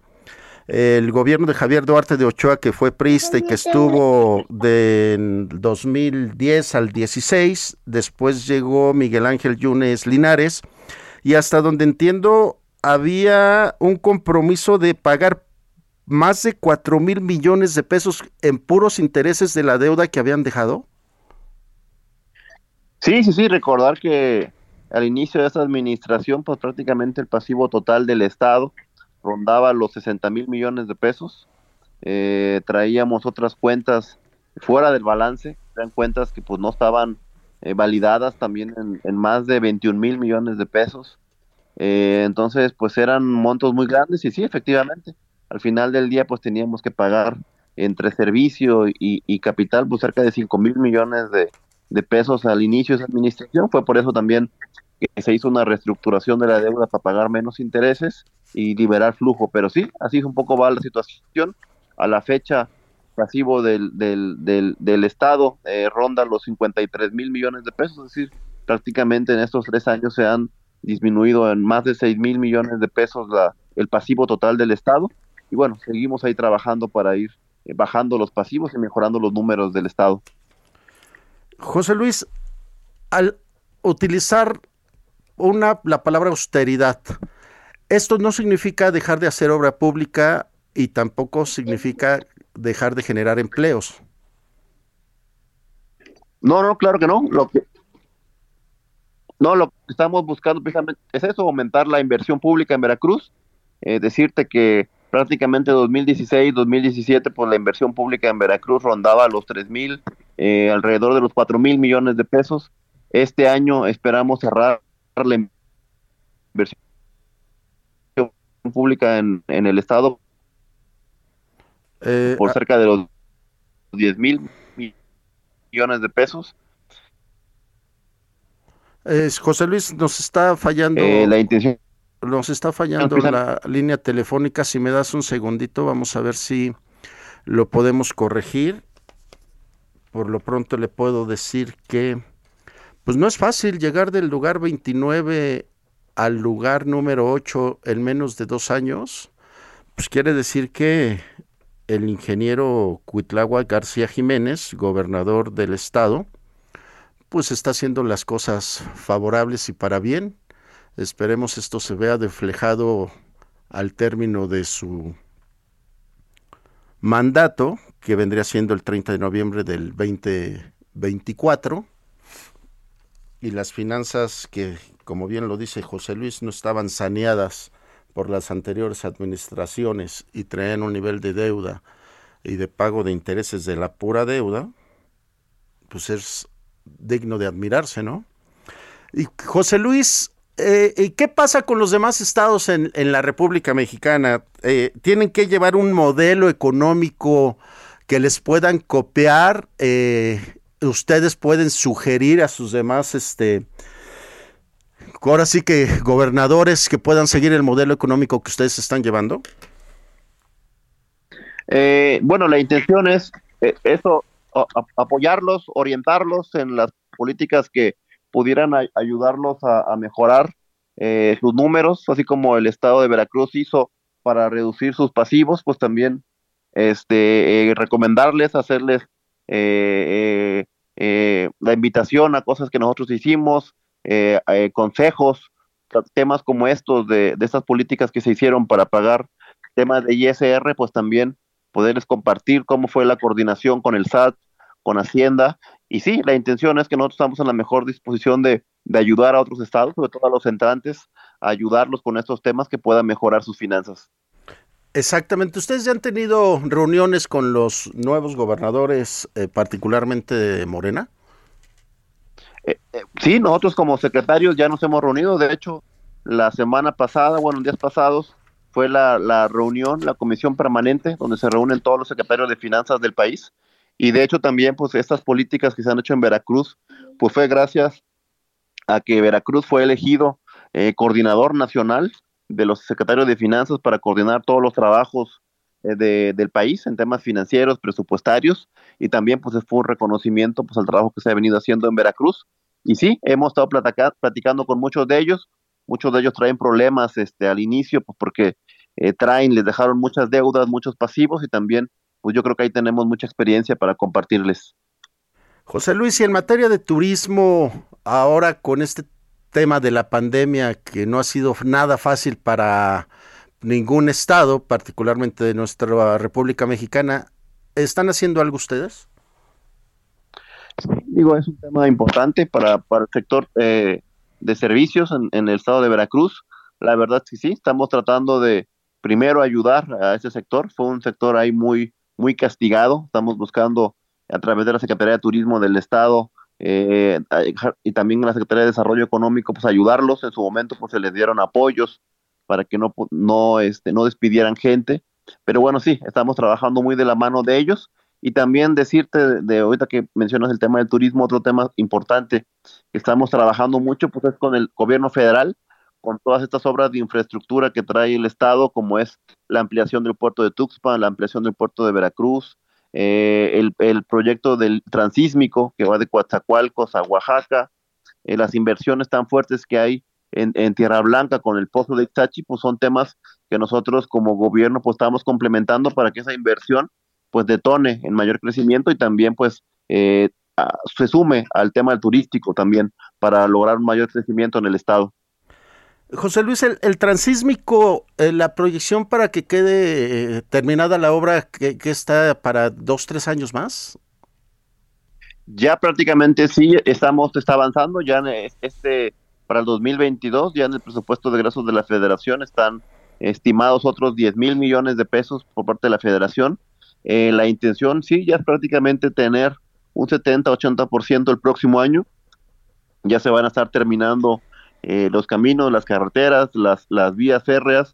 el gobierno de Javier Duarte de Ochoa, que fue priista y que estuvo de dos mil diez al dieciséis, después llegó Miguel Ángel Yunes Linares, y hasta donde entiendo había un compromiso de pagar más de cuatro mil millones de pesos en puros intereses de la deuda que habían dejado. Sí, sí, sí, recordar que al inicio de esta administración, pues prácticamente el pasivo total del Estado rondaba los sesenta mil millones de pesos. Eh, traíamos otras cuentas fuera del balance, eran cuentas que pues no estaban eh, validadas también en, en más de veintiún mil millones de pesos. Eh, entonces, pues eran montos muy grandes y sí, efectivamente, al final del día pues teníamos que pagar entre servicio y, y capital pues cerca de cinco mil millones de de pesos al inicio de esa administración. Fue por eso también que se hizo una reestructuración de la deuda para pagar menos intereses y liberar flujo, pero sí, así es un poco va la situación. A la fecha, pasivo del, del, del, del Estado eh, ronda los cincuenta y tres mil millones de pesos, es decir, prácticamente en estos tres años se han disminuido en más de seis mil millones de pesos la, el pasivo total del Estado, y bueno, seguimos ahí trabajando para ir eh, bajando los pasivos y mejorando los números del Estado. José Luis, al utilizar una la palabra austeridad, esto no significa dejar de hacer obra pública y tampoco significa dejar de generar empleos. No, no, claro que no. Lo que no, lo que estamos buscando precisamente es eso, aumentar la inversión pública en Veracruz. Eh, decirte que prácticamente dos mil dieciséis, dos mil diecisiete, pues la inversión pública en Veracruz rondaba los tres mil, eh, alrededor de los cuatro mil millones de pesos. Este año esperamos cerrar la inversión pública en, en el estado eh, por cerca de los diez mil millones de pesos. Es, José Luis, nos está fallando. Eh, la intención. Nos está fallando la línea telefónica. Si me das un segundito, vamos a ver si lo podemos corregir. Por lo pronto le puedo decir que pues no es fácil llegar del lugar veintinueve al lugar número ocho en menos de dos años. Pues quiere decir que el ingeniero Cuitláhuac García Jiménez, gobernador del estado, pues está haciendo las cosas favorables y para bien. Esperemos esto se vea reflejado al término de su mandato, que vendría siendo el treinta de noviembre del veinte veinticuatro, y las finanzas que, como bien lo dice José Luis, no estaban saneadas por las anteriores administraciones y traían un nivel de deuda y de pago de intereses de la pura deuda, pues es digno de admirarse, ¿no? Y José Luis, eh, ¿y qué pasa con los demás estados en, en la República Mexicana? Eh, ¿Tienen que llevar un modelo económico que les puedan copiar? Eh, ¿Ustedes pueden sugerir a sus demás, este, ahora sí que gobernadores, que puedan seguir el modelo económico que ustedes están llevando? Eh, bueno, la intención es eh, eso, a, a, apoyarlos, orientarlos en las políticas que pudieran a, ayudarlos a, a mejorar eh, sus números, así como el estado de Veracruz hizo para reducir sus pasivos, pues también este eh, recomendarles, hacerles eh, eh, eh, la invitación a cosas que nosotros hicimos, eh, eh, consejos, temas como estos de, de estas políticas que se hicieron para pagar temas de I S R, pues también poderles compartir cómo fue la coordinación con el S A T, con Hacienda. Y sí, la intención es que nosotros estamos en la mejor disposición de, de ayudar a otros estados, sobre todo a los entrantes, a ayudarlos con estos temas que puedan mejorar sus finanzas. Exactamente. ¿Ustedes ya han tenido reuniones con los nuevos gobernadores, eh, particularmente de Morena? Eh, eh, sí, nosotros como secretarios ya nos hemos reunido. De hecho, la semana pasada, bueno, en días pasados, fue la, la reunión, la comisión permanente, donde se reúnen todos los secretarios de finanzas del país. Y de hecho también, pues, estas políticas que se han hecho en Veracruz, pues fue gracias a que Veracruz fue elegido eh, coordinador nacional de los secretarios de finanzas para coordinar todos los trabajos eh, de, del país en temas financieros, presupuestarios, y también pues fue un reconocimiento pues al trabajo que se ha venido haciendo en Veracruz. Y sí, hemos estado platica, platicando con muchos de ellos. Muchos de ellos traen problemas este, al inicio, pues porque eh, traen, les dejaron muchas deudas, muchos pasivos, y también pues yo creo que ahí tenemos mucha experiencia para compartirles. José Luis, y en materia de turismo, ahora con este tema de la pandemia, que no ha sido nada fácil para ningún estado, particularmente de nuestra República Mexicana, ¿están haciendo algo ustedes? Sí, digo, es un tema importante para, para el sector eh, de servicios en, en el estado de Veracruz. La verdad que sí, estamos tratando de primero ayudar a ese sector. Fue un sector ahí muy muy castigado. Estamos buscando a través de la Secretaría de Turismo del Estado eh, y también la Secretaría de Desarrollo Económico, pues ayudarlos. En su momento pues se les dieron apoyos para que no, no, este, no despidieran gente. Pero bueno, sí, estamos trabajando muy de la mano de ellos. Y también decirte, de, de ahorita que mencionas el tema del turismo, otro tema importante que estamos trabajando mucho, pues es con el gobierno federal, con todas estas obras de infraestructura que trae el Estado, como es la ampliación del puerto de Tuxpan, la ampliación del puerto de Veracruz, eh, el, el proyecto del transísmico que va de Coatzacoalcos a Oaxaca, eh, las inversiones tan fuertes que hay en, en Tierra Blanca con el pozo de Ixtachi, pues son temas que nosotros como gobierno pues estamos complementando para que esa inversión pues detone en mayor crecimiento y también pues eh, a, se sume al tema del turístico también para lograr un mayor crecimiento en el Estado. José Luis, el, el transísmico, eh, la proyección para que quede eh, terminada la obra, que, que está para dos, tres años más. Ya prácticamente sí, estamos, está avanzando, ya en este, para el dos mil veintidós, ya en el presupuesto de egresos de la Federación están estimados otros diez mil millones de pesos por parte de la Federación. Eh, la intención sí, ya es prácticamente tener un setenta, ochenta por ciento el próximo año. Ya se van a estar terminando Eh, los caminos, las carreteras, las, las vías férreas,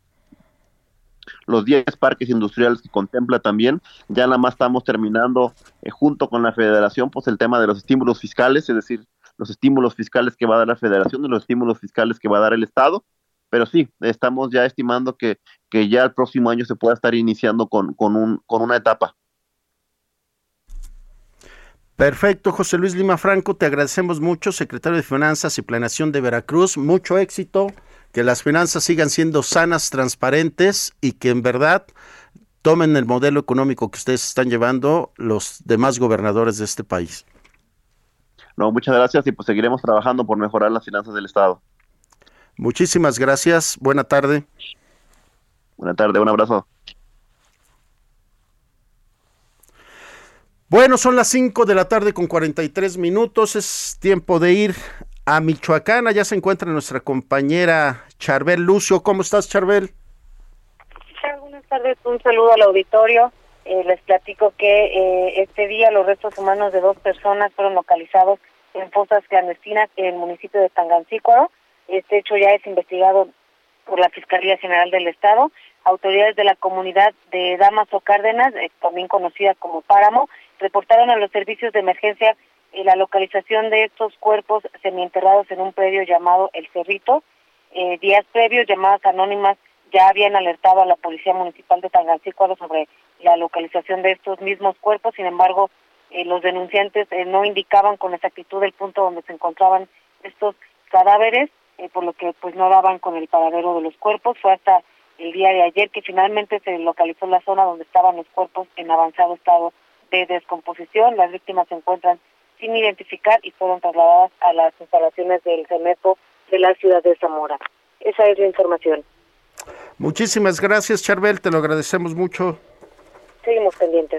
los diez parques industriales que contempla también. Ya nada más estamos terminando eh, junto con la Federación pues el tema de los estímulos fiscales, es decir, los estímulos fiscales que va a dar la Federación y los estímulos fiscales que va a dar el Estado, pero sí, estamos ya estimando que, que ya el próximo año se pueda estar iniciando con, con, un, con una etapa. Perfecto, José Luis Lima Franco, te agradecemos mucho, secretario de Finanzas y Planeación de Veracruz, mucho éxito, que las finanzas sigan siendo sanas, transparentes y que en verdad tomen el modelo económico que ustedes están llevando los demás gobernadores de este país. No, muchas gracias y pues seguiremos trabajando por mejorar las finanzas del Estado. Muchísimas gracias, buena tarde. Buena tarde, un abrazo. Bueno, son las cinco de la tarde con cuarenta y tres minutos, es tiempo de ir a Michoacán, allá se encuentra nuestra compañera Charbel Lucio. ¿Cómo estás, Charbel? Buenas tardes, un saludo al auditorio. Eh, les platico que eh, este día los restos humanos de dos personas fueron localizados en fosas clandestinas en el municipio de Tangancícuaro. Este hecho ya es investigado por la Fiscalía General del Estado. Autoridades de la comunidad de Damaso Cárdenas, eh, también conocida como Páramo, reportaron a los servicios de emergencia eh, la localización de estos cuerpos semienterrados en un predio llamado El Cerrito. Eh, días previos, llamadas anónimas ya habían alertado a la Policía Municipal de Tangancícuaro sobre la localización de estos mismos cuerpos. Sin embargo, eh, los denunciantes eh, no indicaban con exactitud el punto donde se encontraban estos cadáveres, eh, por lo que pues no daban con el paradero de los cuerpos. Fue hasta el día de ayer que finalmente se localizó la zona donde estaban los cuerpos en avanzado estado de descomposición. Las víctimas se encuentran sin identificar y fueron trasladadas a las instalaciones del CEMEFO de la ciudad de Zamora. Esa es la información. Muchísimas gracias, Charbel, te lo agradecemos mucho. Seguimos pendientes.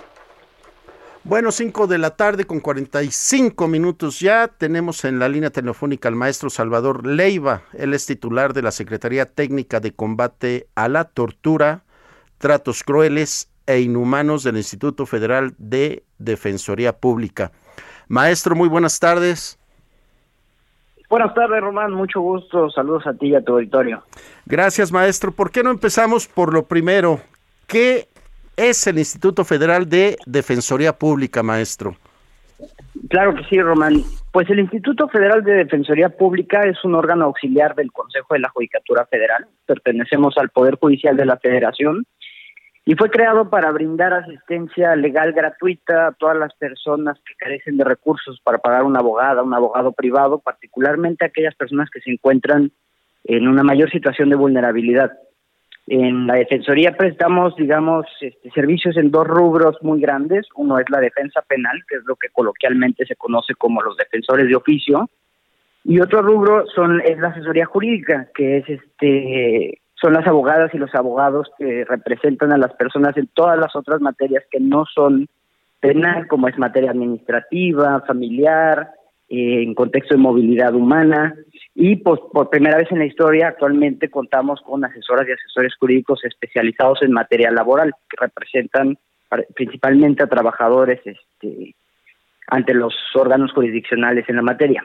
Bueno, cinco de la tarde con cuarenta y cinco minutos ya. Tenemos en la línea telefónica al maestro Salvador Leiva. Él es titular de la Secretaría Técnica de Combate a la Tortura, Tratos Crueles e Inhumanos del Instituto Federal de Defensoría Pública. Maestro, muy buenas tardes. Buenas tardes, Román, mucho gusto, saludos a ti y a tu auditorio. Gracias, maestro. ¿Por qué no empezamos por lo primero? ¿Qué es el Instituto Federal de Defensoría Pública, maestro? Claro que sí, Román. Pues el Instituto Federal de Defensoría Pública es un órgano auxiliar del Consejo de la Judicatura Federal. Pertenecemos al Poder Judicial de la Federación y fue creado para brindar asistencia legal gratuita a todas las personas que carecen de recursos para pagar una abogada, un abogado privado, particularmente aquellas personas que se encuentran en una mayor situación de vulnerabilidad. En la Defensoría prestamos, digamos, este, servicios en dos rubros muy grandes. Uno es la defensa penal, que es lo que coloquialmente se conoce como los defensores de oficio, y otro rubro son es la asesoría jurídica, que es este son las abogadas y los abogados que representan a las personas en todas las otras materias que no son penal, como es materia administrativa, familiar, eh, en contexto de movilidad humana. Y pues por primera vez en la historia actualmente contamos con asesoras y asesores jurídicos especializados en materia laboral, que representan principalmente a trabajadores este, ante los órganos jurisdiccionales en la materia.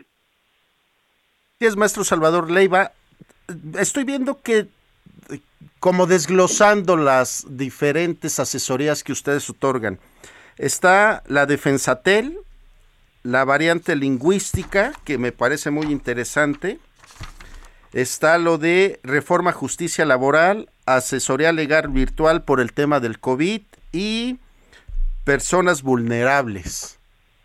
Sí, es maestro Salvador Leiva. Estoy viendo que, como desglosando las diferentes asesorías que ustedes otorgan, está la Defensatel, la variante lingüística, que me parece muy interesante, está lo de reforma justicia laboral, asesoría legal virtual por el tema del COVID y personas vulnerables.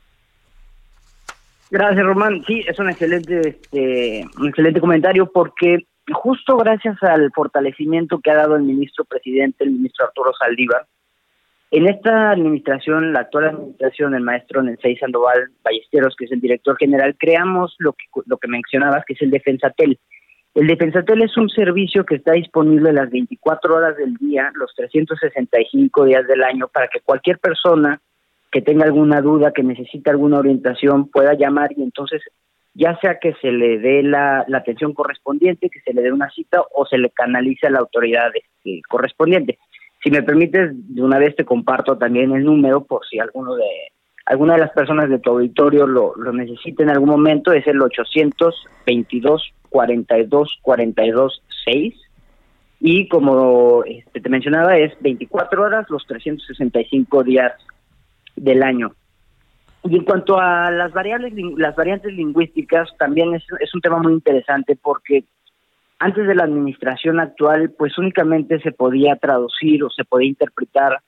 Gracias, Román. Sí, es un excelente, este, un excelente comentario, porque justo gracias al fortalecimiento que ha dado el ministro presidente, el ministro Arturo Saldívar, en esta administración, la actual administración, el maestro Nelsay Sandoval Ballesteros, que es el director general, creamos lo que lo que mencionabas, que es el Defensatel. El Defensatel es un servicio que está disponible las veinticuatro horas del día, los trescientos sesenta y cinco días del año, para que cualquier persona que tenga alguna duda, que necesite alguna orientación, pueda llamar y entonces, ya sea que se le dé la, la atención correspondiente, que se le dé una cita o se le canalice a la autoridad este, correspondiente. Si me permites, de una vez te comparto también el número por si alguno de alguna de las personas de tu auditorio lo, lo necesita en algún momento. Es el ochocientos veintidós cuarenta y dos cuarenta y dos seis y como este, te mencionaba, es veinticuatro horas los trescientos sesenta y cinco días del año. Y en cuanto a las variables, las variantes lingüísticas, también es, es un tema muy interesante porque antes de la administración actual, pues únicamente se podía traducir o se podía interpretar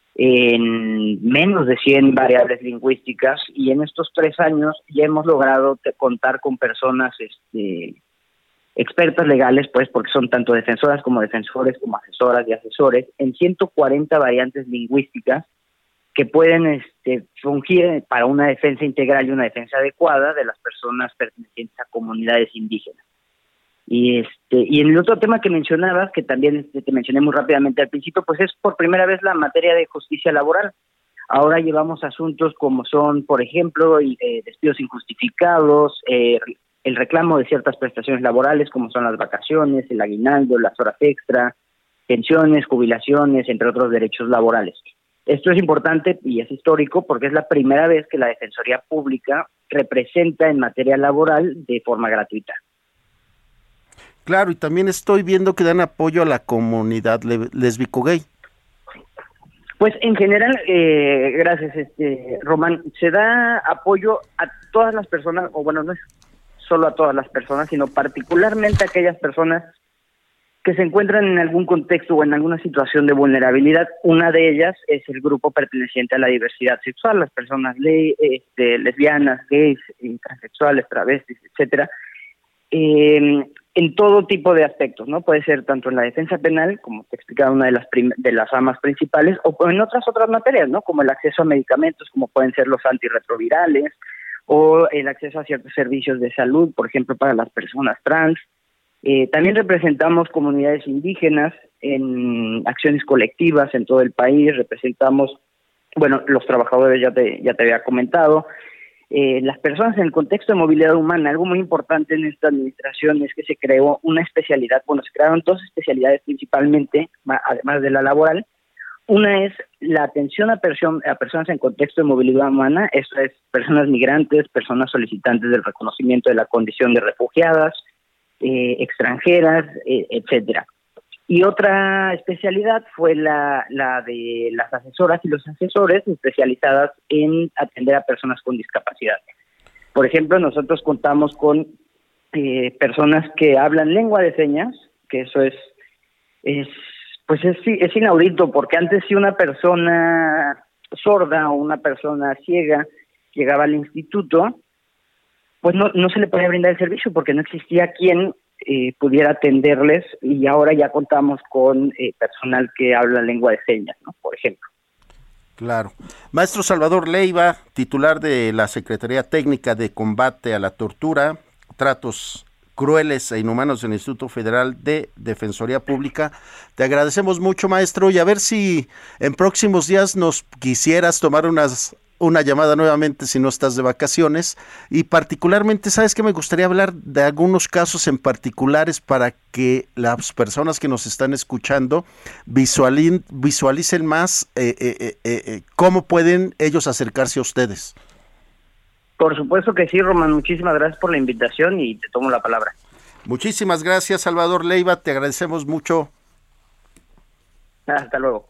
en menos de cien variables lingüísticas, y en estos tres años ya hemos logrado te, contar con personas este, expertas legales, pues porque son tanto defensoras como defensores, como asesoras y asesores, en ciento cuarenta variantes lingüísticas que pueden este, fungir para una defensa integral y una defensa adecuada de las personas pertenecientes a comunidades indígenas. Y este y en el otro tema que mencionabas, que también este, te mencioné muy rápidamente al principio, pues es por primera vez la materia de justicia laboral. Ahora llevamos asuntos como son, por ejemplo, eh, despidos injustificados, eh, el reclamo de ciertas prestaciones laborales como son las vacaciones, el aguinaldo, las horas extra, pensiones, jubilaciones, entre otros derechos laborales. Esto es importante y es histórico porque es la primera vez que la Defensoría Pública representa en materia laboral de forma gratuita. Claro, y también estoy viendo que dan apoyo a la comunidad le- lésbico-gay. Pues en general, eh, gracias, este Román, se da apoyo a todas las personas, o bueno, no es solo a todas las personas, sino particularmente a aquellas personas que se encuentran en algún contexto o en alguna situación de vulnerabilidad. Una de ellas es el grupo perteneciente a la diversidad sexual, las personas le- este, lesbianas, gays, transexuales, travestis, etcétera, eh, en todo tipo de aspectos, ¿no? Puede ser tanto en la defensa penal, como te explicaba, una de las prim- de las ramas principales, o en otras otras materias, ¿no? Como el acceso a medicamentos, como pueden ser los antirretrovirales, o el acceso a ciertos servicios de salud, por ejemplo, para las personas trans. Eh, también representamos comunidades indígenas en acciones colectivas en todo el país, representamos, bueno, los trabajadores ya te, ya te había comentado, eh, las personas en el contexto de movilidad humana. Algo muy importante en esta administración es que se creó una especialidad, bueno, se crearon dos especialidades principalmente, además de la laboral. Una es la atención a, perso- a personas en contexto de movilidad humana, esto es personas migrantes, personas solicitantes del reconocimiento de la condición de refugiadas, eh, extranjeras, eh, etcétera. Y otra especialidad fue la, la de las asesoras y los asesores especializadas en atender a personas con discapacidad. Por ejemplo, nosotros contamos con eh, personas que hablan lengua de señas, que eso es, es pues es, es inaudito, porque antes si una persona sorda o una persona ciega llegaba al instituto, pues no, no se le podía brindar el servicio porque no existía quien eh, pudiera atenderles, y ahora ya contamos con eh, personal que habla lengua de señas, ¿no? Por ejemplo. Claro. Maestro Salvador Leiva, titular de la Secretaría Técnica de Combate a la Tortura, Tratos Crueles e Inhumanos del Instituto Federal de Defensoría Pública. Te agradecemos mucho, maestro, y a ver si en próximos días nos quisieras tomar unas una llamada nuevamente si no estás de vacaciones, y particularmente, ¿sabes qué? Me gustaría hablar de algunos casos en particulares para que las personas que nos están escuchando visualicen, visualicen más eh, eh, eh, eh, cómo pueden ellos acercarse a ustedes. Por supuesto que sí, Román, muchísimas gracias por la invitación y te tomo la palabra. Muchísimas gracias, Salvador Leiva, te agradecemos mucho. Hasta luego.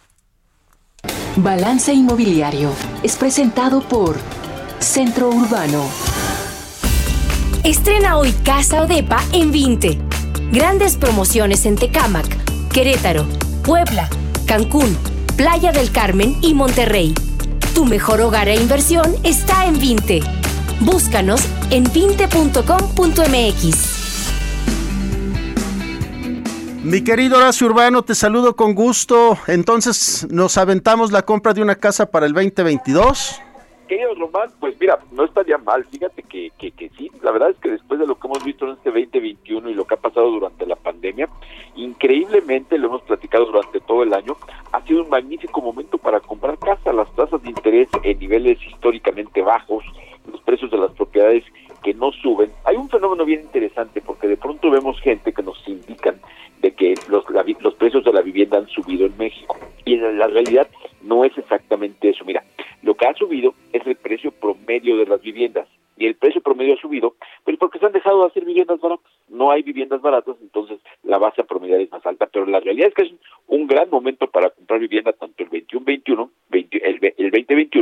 Balance Inmobiliario es presentado por Centro Urbano. Estrena hoy Casa o Depa en Vinte. Grandes promociones en Tecámac, Querétaro, Puebla, Cancún, Playa del Carmen y Monterrey. Tu mejor hogar e inversión está en Vinte. Búscanos en vinte punto com punto m x. Mi querido Horacio Urbano, te saludo con gusto. Entonces, ¿nos aventamos la compra de una casa para el veinte veintidós? Querido Román, pues mira, no estaría mal, fíjate que, que, que sí, la verdad es que después de lo que hemos visto en este veinte veintiuno y lo que ha pasado durante la pandemia, increíblemente, lo hemos platicado durante todo el año, ha sido un magnífico momento para comprar casa. Las tasas de interés en niveles históricamente bajos, los precios de las propiedades que no suben. Hay un fenómeno bien interesante porque de pronto vemos gente que nos indican de que los, la, los precios de la vivienda han subido en México, y en la realidad no es exactamente eso. Mira, lo que ha subido es el precio promedio de las viviendas, y el precio promedio ha subido pues porque se han dejado de hacer viviendas baratas. No hay viviendas baratas, entonces la base a promediar es más alta, pero la realidad es que es un gran momento para comprar vivienda, tanto el veintiuno veintiuno, veinte, el, el veinte veintiuno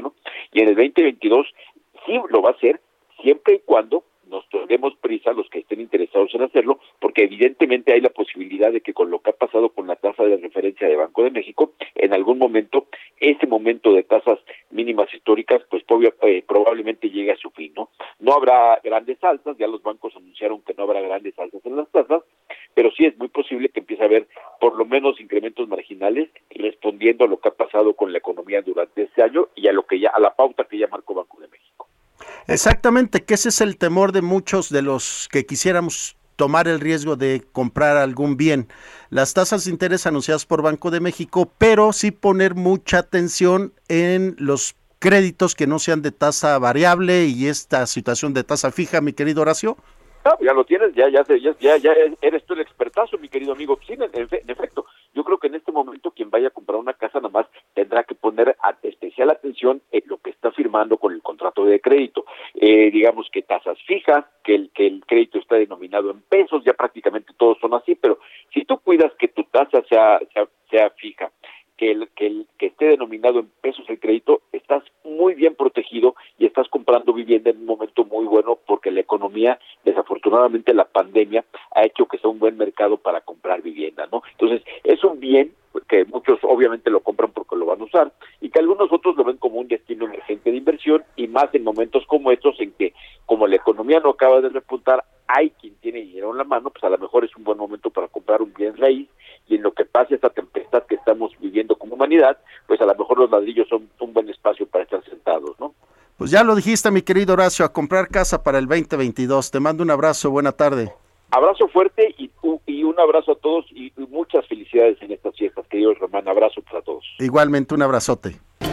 Y en el veinte veintidós sí lo va a hacer, siempre y cuando nos demos prisa los que estén interesados en hacerlo, porque evidentemente hay la posibilidad de que con lo que ha pasado con la tasa de referencia de Banco de México, en algún momento, ese momento de tasas mínimas históricas, pues eh, probablemente llegue a su fin, ¿no? No habrá grandes alzas, ya los bancos anunciaron que no habrá grandes alzas en las tasas, pero sí es muy posible que empiece a haber por lo menos incrementos marginales respondiendo a lo que ha pasado con la economía durante este año y a lo que ya, a la pauta que ya marcó Banco de México. Exactamente, que ese es el temor de muchos de los que quisiéramos tomar el riesgo de comprar algún bien. Las tasas de interés anunciadas por Banco de México, pero sí poner mucha atención en los créditos que no sean de tasa variable y esta situación de tasa fija, mi querido Horacio. Ah, ya lo tienes, ya, ya, ya, ya, ya eres tú el expertazo, mi querido amigo. Sí, en, en, en efecto, yo creo que en este momento quien vaya a comprar una casa nada más tendrá que poner a, especial atención en lo que está firmando con el contrato de crédito. Eh, digamos que tasas fijas, que el, que el crédito está denominado en pesos, ya prácticamente todos son así, pero si tú cuidas que tu tasa sea, sea, sea fija, que el, que el que esté denominado en pesos el crédito, estás muy bien protegido y estás comprando vivienda en un momento muy bueno porque la economía, desafortunadamente la pandemia, ha hecho que sea un buen mercado para comprar vivienda, ¿no? Entonces, es un bien que muchos obviamente lo compran porque lo van a usar y que algunos otros lo ven como un destino emergente de inversión y más en momentos como estos en que, como la economía no acaba de repuntar, hay quien tiene dinero en la mano, pues a lo mejor es un buen momento para comprar un bien raíz y en lo que pase esta tempestad que estamos viviendo como humanidad, pues a lo mejor los ladrillos son un buen espacio para estar sentados, ¿no? Pues ya lo dijiste, mi querido Horacio, a comprar casa para el veinte veintidós. Te mando un abrazo, buena tarde. Abrazo fuerte y, y un abrazo a todos y, y muchas felicidades en estas fiestas, querido Román. Abrazo para todos. Igualmente, un abrazote.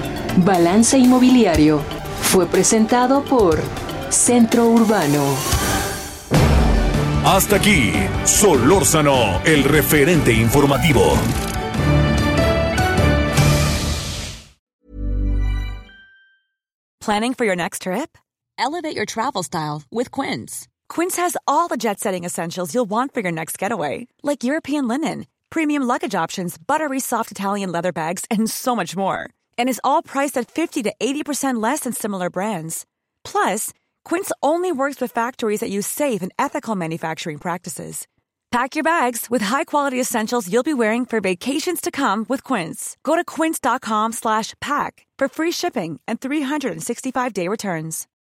Balance Inmobiliario fue presentado por Centro Urbano. Hasta aquí, Solórzano, el referente informativo. Planning for your next trip? Elevate your travel style with Quince. Quince has all the jet-setting essentials you'll want for your next getaway, like European linen, premium luggage options, buttery soft Italian leather bags, and so much more. And is all priced at fifty to eighty percent less than similar brands. Plus, Quince only works with factories that use safe and ethical manufacturing practices. Pack your bags with high-quality essentials you'll be wearing for vacations to come with Quince. Go to quince.com slash pack for free shipping and three sixty-five day returns.